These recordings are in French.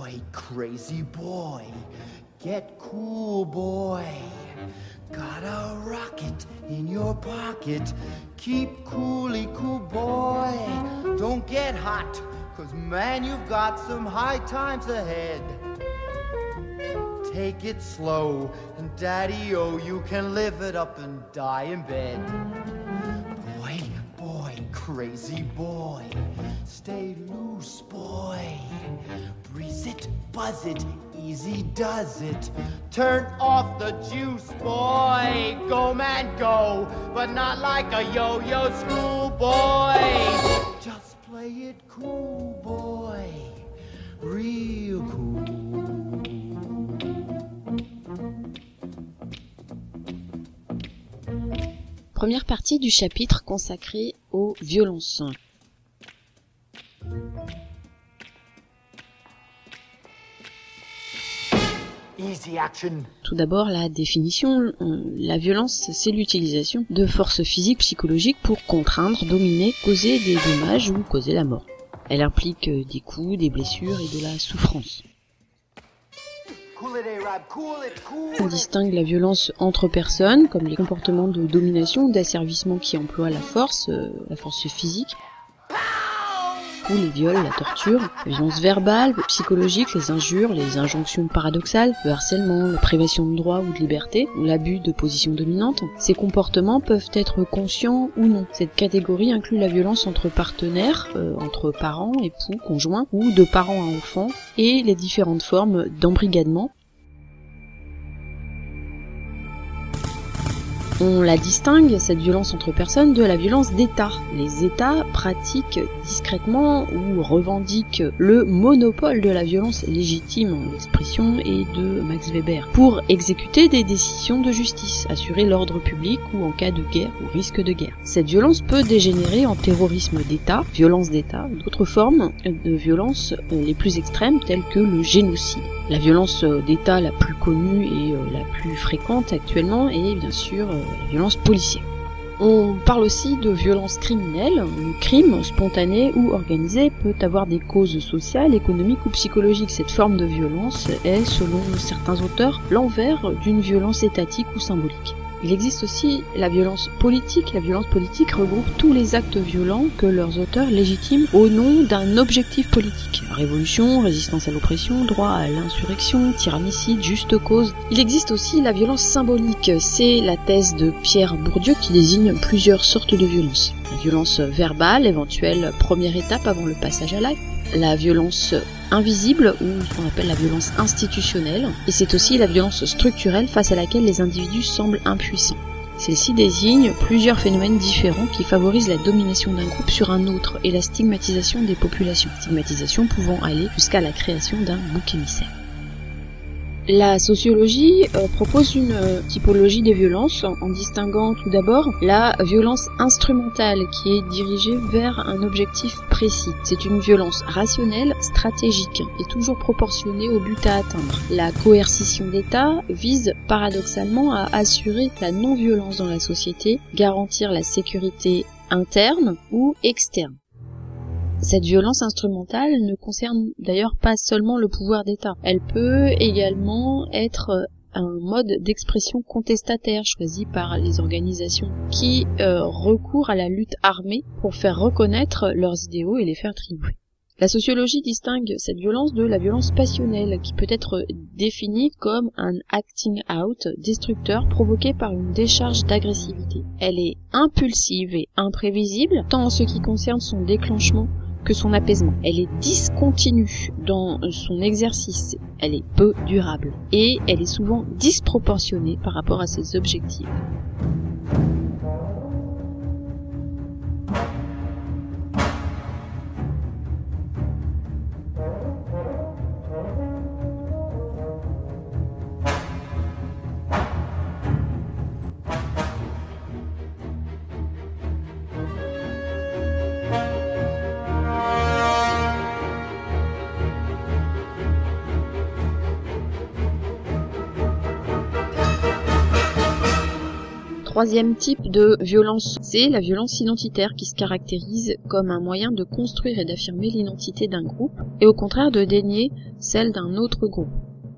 boy, crazy boy, get cool, boy. Got a rocket in your pocket. Keep coolly cool, boy. Don't get hot, 'cause man, you've got some high times ahead. Take it slow, and daddy-o, you can live it up and die in bed. Boy, boy, crazy boy, stay loose, boy. Breeze it, buzz it, easy does it. Turn off the juice, boy. Go, man, go, but not like a yo-yo schoolboy. Just play it cool, boy, real cool. Première partie du chapitre consacrée aux violences. Easy action. Tout d'abord, la définition. La violence, c'est l'utilisation de forces physiques, psychologiques pour contraindre, dominer, causer des dommages ou causer la mort. Elle implique des coups, des blessures et de la souffrance. On distingue la violence entre personnes, comme les comportements de domination ou d'asservissement qui emploient la force physique, ou les viols, la torture, la violence verbale, psychologique, les injures, les injonctions paradoxales, le harcèlement, la privation de droit ou de liberté, ou l'abus de position dominante. Ces comportements peuvent être conscients ou non. Cette catégorie inclut la violence entre partenaires, entre parents, époux, conjoints, ou de parents à enfants, et les différentes formes d'embrigadement. On la distingue, cette violence entre personnes, de la violence d'État. Les États pratiquent discrètement ou revendiquent le monopole de la violence légitime, l'expression est de Max Weber, pour exécuter des décisions de justice, assurer l'ordre public ou en cas de guerre ou risque de guerre. Cette violence peut dégénérer en terrorisme d'État, violence d'État, ou d'autres formes de violence les plus extrêmes telles que le génocide. La violence d'État la plus connue et la plus fréquente actuellement est bien sûr la violence policière. On parle aussi de violence criminelle. Le crime, spontané ou organisé, peut avoir des causes sociales, économiques ou psychologiques. Cette forme de violence est, selon certains auteurs, l'envers d'une violence étatique ou symbolique. Il existe aussi la violence politique. La violence politique regroupe tous les actes violents que leurs auteurs légitiment au nom d'un objectif politique. Révolution, résistance à l'oppression, droit à l'insurrection, tyrannicide, juste cause. Il existe aussi la violence symbolique. C'est la thèse de Pierre Bourdieu qui désigne plusieurs sortes de violences. La violence verbale, éventuelle première étape avant le passage à l'acte. La violence invisible, ou ce qu'on appelle la violence institutionnelle, et c'est aussi la violence structurelle face à laquelle les individus semblent impuissants. Celle-ci désigne plusieurs phénomènes différents qui favorisent la domination d'un groupe sur un autre et la stigmatisation des populations, stigmatisation pouvant aller jusqu'à la création d'un bouc émissaire. La sociologie propose une typologie des violences en distinguant tout d'abord la violence instrumentale qui est dirigée vers un objectif précis. C'est une violence rationnelle, stratégique et toujours proportionnée au but à atteindre. La coercition d'État vise paradoxalement à assurer la non-violence dans la société, garantir la sécurité interne ou externe. Cette violence instrumentale ne concerne d'ailleurs pas seulement le pouvoir d'État. Elle peut également être un mode d'expression contestataire choisi par les organisations qui recourent à la lutte armée pour faire reconnaître leurs idéaux et les faire triompher. La sociologie distingue cette violence de la violence passionnelle qui peut être définie comme un acting out destructeur provoqué par une décharge d'agressivité. Elle est impulsive et imprévisible tant en ce qui concerne son déclenchement que son apaisement. Elle est discontinue dans son exercice, elle est peu durable et elle est souvent disproportionnée par rapport à ses objectifs. Troisième type de violence, c'est la violence identitaire qui se caractérise comme un moyen de construire et d'affirmer l'identité d'un groupe et au contraire de dénier celle d'un autre groupe.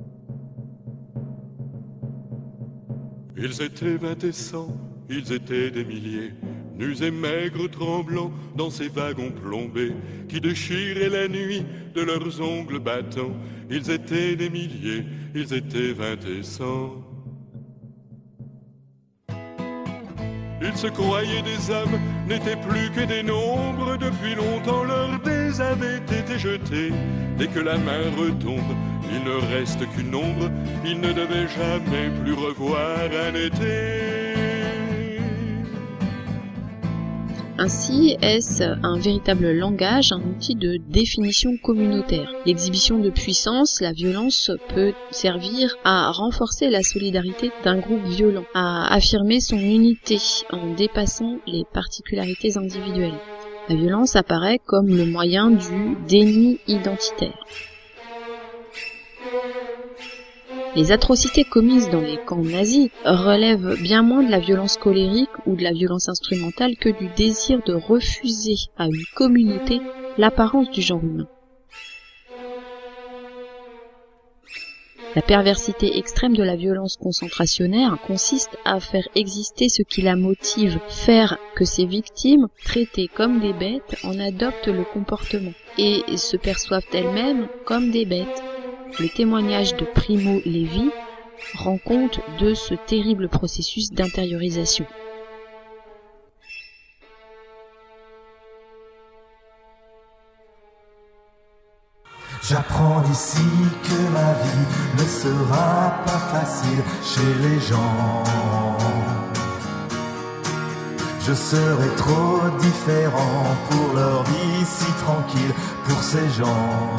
Ils étaient 20 et 100, ils étaient des milliers, nus et maigres tremblants dans ces wagons plombés qui déchiraient la nuit de leurs ongles battants. Ils étaient des milliers, ils étaient 20 et 100. Ils se croyaient des âmes, n'étaient plus que des nombres. Depuis longtemps leurs dés avaient été jetés. Dès que la main retombe, il ne reste qu'une ombre. Ils ne devaient jamais plus revoir un été. Ainsi, est-ce un véritable langage, un outil de définition communautaire. L'exhibition de puissance, la violence, peut servir à renforcer la solidarité d'un groupe violent, à affirmer son unité en dépassant les particularités individuelles. La violence apparaît comme le moyen du déni identitaire. Les atrocités commises dans les camps nazis relèvent bien moins de la violence colérique ou de la violence instrumentale que du désir de refuser à une communauté l'apparence du genre humain. La perversité extrême de la violence concentrationnaire consiste à faire exister ce qui la motive, faire que ses victimes, traitées comme des bêtes, en adoptent le comportement et se perçoivent elles-mêmes comme des bêtes. Le témoignage de Primo Levi rend compte de ce terrible processus d'intériorisation. J'apprends d'ici que ma vie ne sera pas facile chez les gens. Je serai trop différent pour leur vie si tranquille, pour ces gens.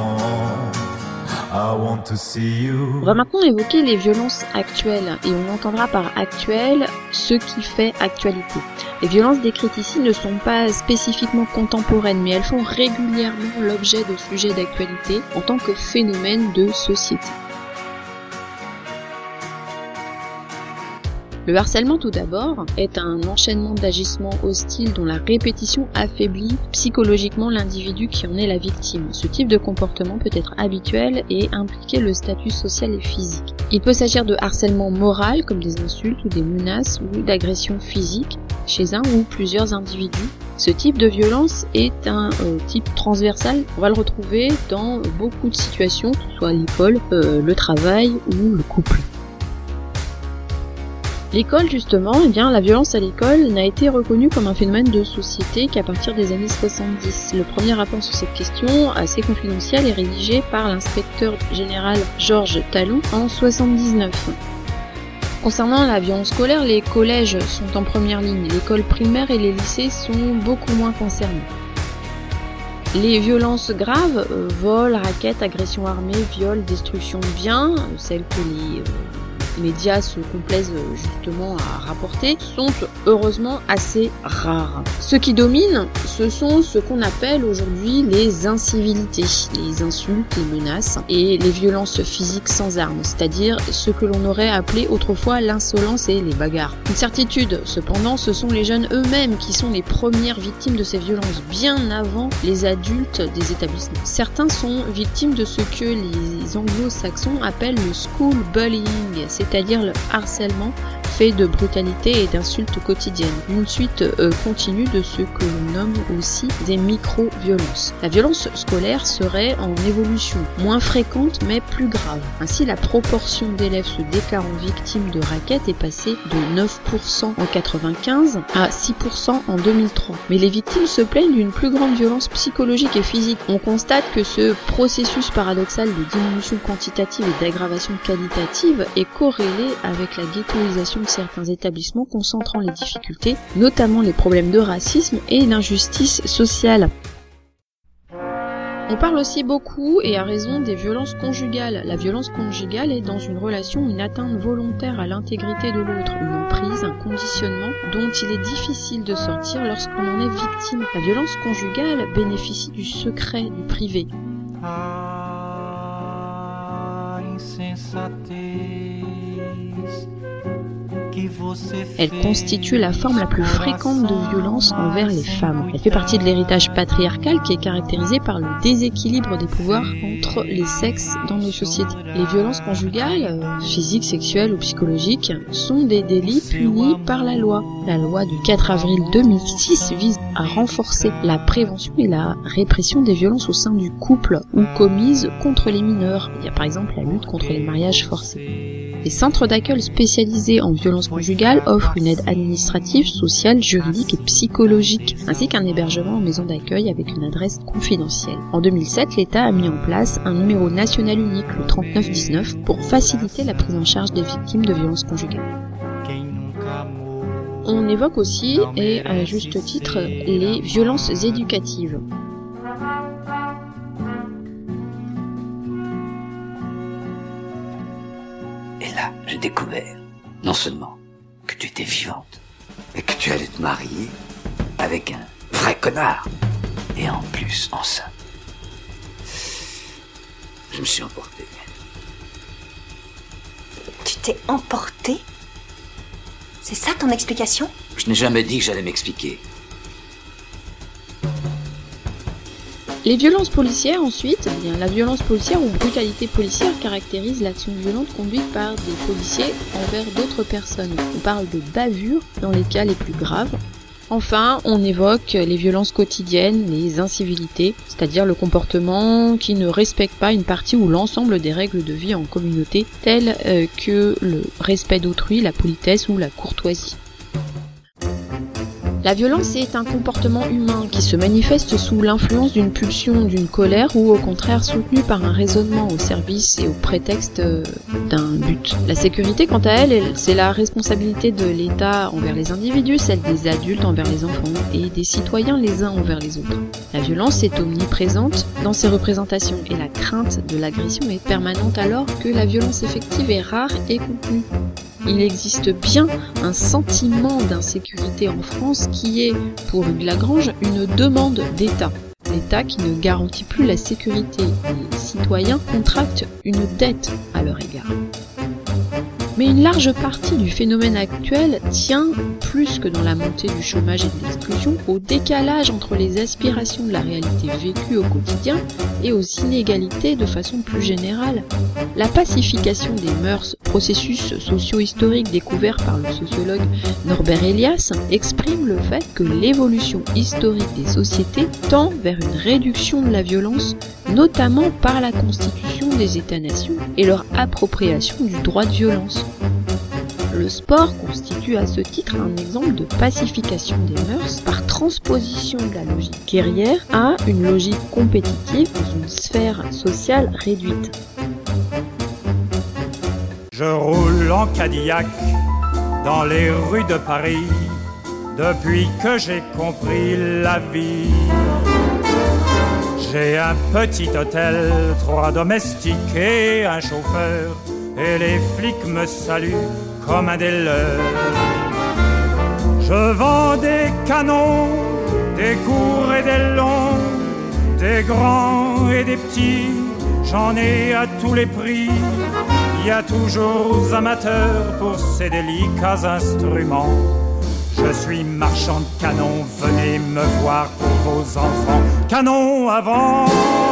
On va maintenant évoquer les violences actuelles, et on entendra par actuel ce qui fait actualité. Les violences décrites ici ne sont pas spécifiquement contemporaines, mais elles font régulièrement l'objet de sujets d'actualité en tant que phénomène de société. Le harcèlement, tout d'abord, est un enchaînement d'agissements hostiles dont la répétition affaiblit psychologiquement l'individu qui en est la victime. Ce type de comportement peut être habituel et impliquer le statut social et physique. Il peut s'agir de harcèlement moral, comme des insultes ou des menaces, ou d'agression physique chez un ou plusieurs individus. Ce type de violence est un type transversal. On va le retrouver dans beaucoup de situations, que ce soit l'école, le travail ou le couple. L'école, justement, la violence à l'école n'a été reconnue comme un phénomène de société qu'à partir des années 70. Le premier rapport sur cette question, assez confidentiel, est rédigé par l'inspecteur général Georges Talon en 1979. Concernant la violence scolaire, les collèges sont en première ligne, l'école primaire et les lycées sont beaucoup moins concernés. Les violences graves, vol, raquettes, agressions armées, viols, destruction de biens, celles que les médias se complaisent justement à rapporter, sont heureusement assez rares. Ce qui domine, ce sont ce qu'on appelle aujourd'hui les incivilités, les insultes, les menaces et les violences physiques sans armes, c'est-à-dire ce que l'on aurait appelé autrefois l'insolence et les bagarres. Une certitude, cependant, ce sont les jeunes eux-mêmes qui sont les premières victimes de ces violences, bien avant les adultes des établissements. Certains sont victimes de ce que les anglo-saxons appellent le school bullying, c'est-à-dire le harcèlement fait de brutalité et d'insultes quotidiennes. Une suite continue de ce que l'on nomme aussi des micro-violences. La violence scolaire serait en évolution, moins fréquente mais plus grave. Ainsi, la proportion d'élèves se déclarant victimes de raquettes est passée de 9% en 1995 à 6% en 2003. Mais les victimes se plaignent d'une plus grande violence psychologique et physique. On constate que ce processus paradoxal de diminution quantitative et d'aggravation qualitative est corrélé avec la ghettoisation de certains établissements concentrant les difficultés, notamment les problèmes de racisme et d'injustice sociale. On parle aussi beaucoup, et à raison, des violences conjugales. La violence conjugale est dans une relation une atteinte volontaire à l'intégrité de l'autre, une emprise, un conditionnement dont il est difficile de sortir lorsqu'on en est victime. La violence conjugale bénéficie du secret, du privé. Insensatez que Elle constitue la forme la plus fréquente de violence envers les femmes. Elle fait partie de l'héritage patriarcal qui est caractérisé par le déséquilibre des pouvoirs entre les sexes dans nos sociétés. Les violences conjugales, physiques, sexuelles ou psychologiques, sont des délits punis par la loi. La loi du 4 avril 2006 vise à renforcer la prévention et la répression des violences au sein du couple ou commises contre les mineurs. Il y a par exemple la lutte contre les mariages forcés. Les centres d'accueil spécialisés en violences conjugales offrent une aide administrative, sociale, juridique et psychologique, ainsi qu'un hébergement en maison d'accueil avec une adresse confidentielle. En 2007, l'État a mis en place un numéro national unique, le 3919, pour faciliter la prise en charge des victimes de violences conjugales. On évoque aussi, et à juste titre, les violences éducatives. Et là, j'ai découvert, non seulement que tu étais vivante, mais que tu allais te marier avec un vrai connard, et en plus enceinte. Je me suis emporté. Tu t'es emporté ? C'est ça ton explication ? Je n'ai jamais dit que j'allais m'expliquer. Les violences policières ensuite, la violence policière ou brutalité policière caractérise l'action violente conduite par des policiers envers d'autres personnes. On parle de bavures dans les cas les plus graves. Enfin, on évoque les violences quotidiennes, les incivilités, c'est-à-dire le comportement qui ne respecte pas une partie ou l'ensemble des règles de vie en communauté, telles que le respect d'autrui, la politesse ou la courtoisie. La violence est un comportement humain qui se manifeste sous l'influence d'une pulsion, d'une colère ou au contraire soutenu par un raisonnement au service et au prétexte d'un but. La sécurité, quant à elle, c'est la responsabilité de l'État envers les individus, celle des adultes envers les enfants et des citoyens les uns envers les autres. La violence est omniprésente dans ses représentations et la crainte de l'agression est permanente alors que la violence effective est rare et contenue. Il existe bien un sentiment d'insécurité en France qui est, pour Hugues Lagrange, une demande d'État. L'État qui ne garantit plus la sécurité. Les citoyens contractent une dette à leur égard. Mais une large partie du phénomène actuel tient, plus que dans la montée du chômage et de l'exclusion, au décalage entre les aspirations de la réalité vécue au quotidien et aux inégalités de façon plus générale. La pacification des mœurs, processus socio-historique découvert par le sociologue Norbert Elias, exprime le fait que l'évolution historique des sociétés tend vers une réduction de la violence, notamment par la constitution des États-nations et leur appropriation du droit de violence. Le sport constitue à ce titre un exemple de pacification des mœurs par transposition de la logique guerrière à une logique compétitive dans une sphère sociale réduite. Je roule en Cadillac dans les rues de Paris depuis que j'ai compris la vie. J'ai un petit hôtel, 3 domestiques et un chauffeur, et les flics me saluent comme un des leurs. Je vends des canons, des courts et des longs, des grands et des petits, j'en ai à tous les prix. Il y a toujours amateurs pour ces délicats instruments. Je suis marchand de canons, venez me voir pour vos enfants. Canons à vendre.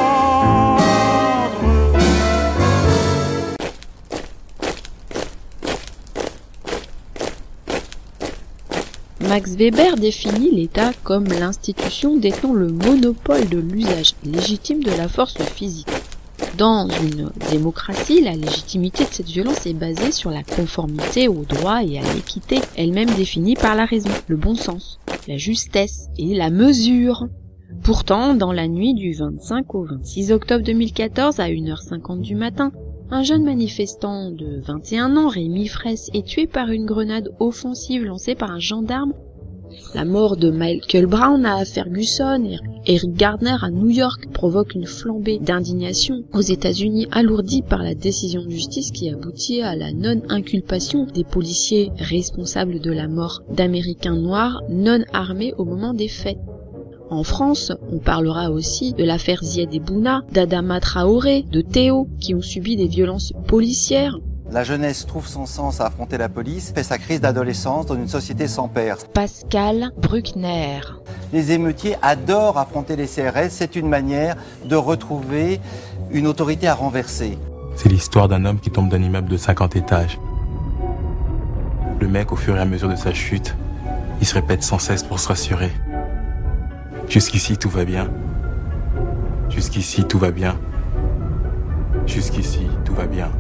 Max Weber définit l'État comme l'institution détenant le monopole de l'usage légitime de la force physique. Dans une démocratie, la légitimité de cette violence est basée sur la conformité au droit et à l'équité, elle-même définie par la raison, le bon sens, la justesse et la mesure. Pourtant, dans la nuit du 25 au 26 octobre 2014 à 1h50 du matin, un jeune manifestant de 21 ans, Rémi Fraisse, est tué par une grenade offensive lancée par un gendarme. La mort de Michael Brown à Ferguson et Eric Gardner à New York provoque une flambée d'indignation aux États-Unis alourdie par la décision de justice qui aboutit à la non-inculpation des policiers responsables de la mort d'Américains noirs non armés au moment des faits. En France, on parlera aussi de l'affaire Zied et Bouna, d'Adama Traoré, de Théo, qui ont subi des violences policières. La jeunesse trouve son sens à affronter la police, fait sa crise d'adolescence dans une société sans père. Pascal Bruckner. Les émeutiers adorent affronter les CRS, c'est une manière de retrouver une autorité à renverser. C'est l'histoire d'un homme qui tombe d'un immeuble de 50 étages. Le mec, au fur et à mesure de sa chute, il se répète sans cesse pour se rassurer. Jusqu'ici, tout va bien. Jusqu'ici, tout va bien. Jusqu'ici, tout va bien.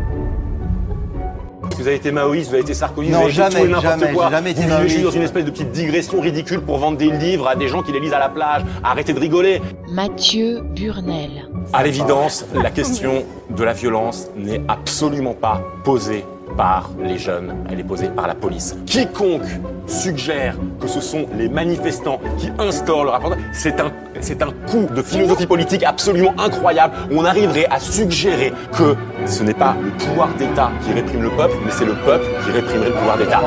Vous avez été maoïste, vous avez été Sarkozy, non, vous avez jamais, fait tout et n'importe jamais, quoi. Jamais été vous vivez maoïste. juste dans une espèce de petite digression ridicule pour vendre des livres à des gens qui les lisent à la plage. Arrêtez de rigoler. Mathieu Burnel. À l'évidence, la question de la violence n'est absolument pas posée par les jeunes, elle est posée par la police. Quiconque suggère que ce sont les manifestants qui instaurent le rapport, c'est un coup de philosophie politique absolument incroyable. On arriverait à suggérer que ce n'est pas le pouvoir d'État qui réprime le peuple, mais c'est le peuple qui réprimerait le pouvoir d'État.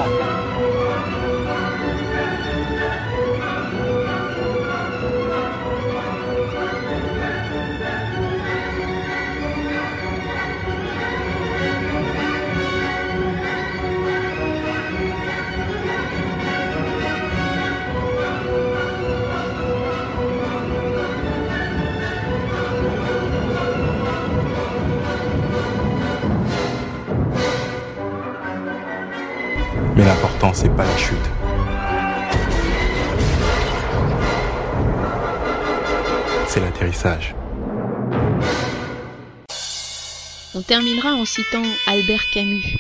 Mais l'important, c'est pas la chute. C'est l'atterrissage. On terminera en citant Albert Camus.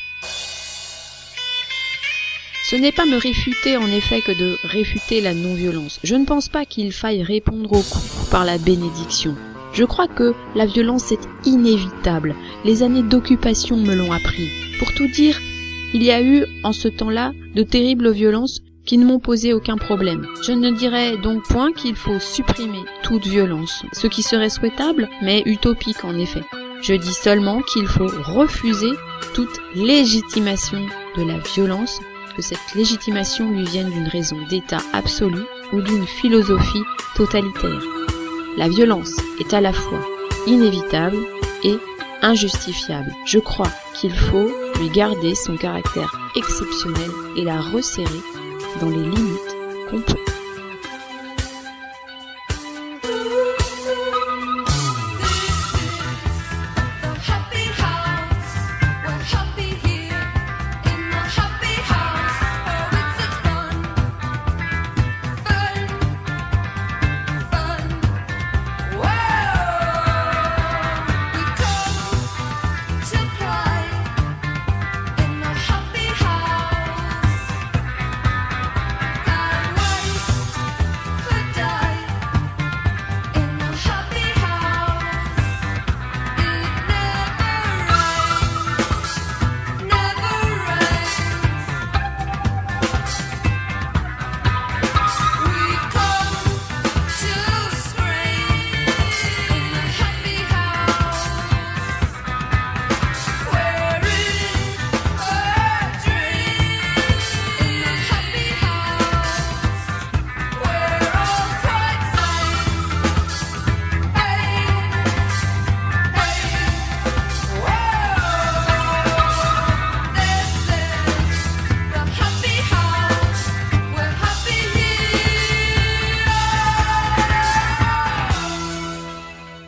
Ce n'est pas me réfuter en effet que de réfuter la non-violence. Je ne pense pas qu'il faille répondre au coup par la bénédiction. Je crois que la violence est inévitable. Les années d'occupation me l'ont appris. Pour tout dire, il y a eu, en ce temps-là, de terribles violences qui ne m'ont posé aucun problème. Je ne dirais donc point qu'il faut supprimer toute violence, ce qui serait souhaitable, mais utopique en effet. Je dis seulement qu'il faut refuser toute légitimation de la violence, que cette légitimation lui vienne d'une raison d'État absolue ou d'une philosophie totalitaire. La violence est à la fois inévitable et injustifiable. Je crois qu'il faut lui garder son caractère exceptionnel et la resserrer dans les limites qu'on peut.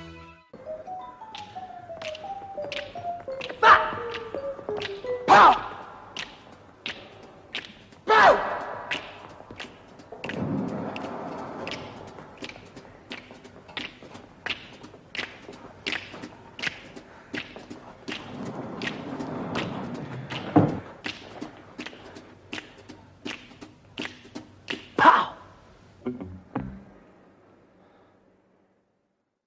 Wow!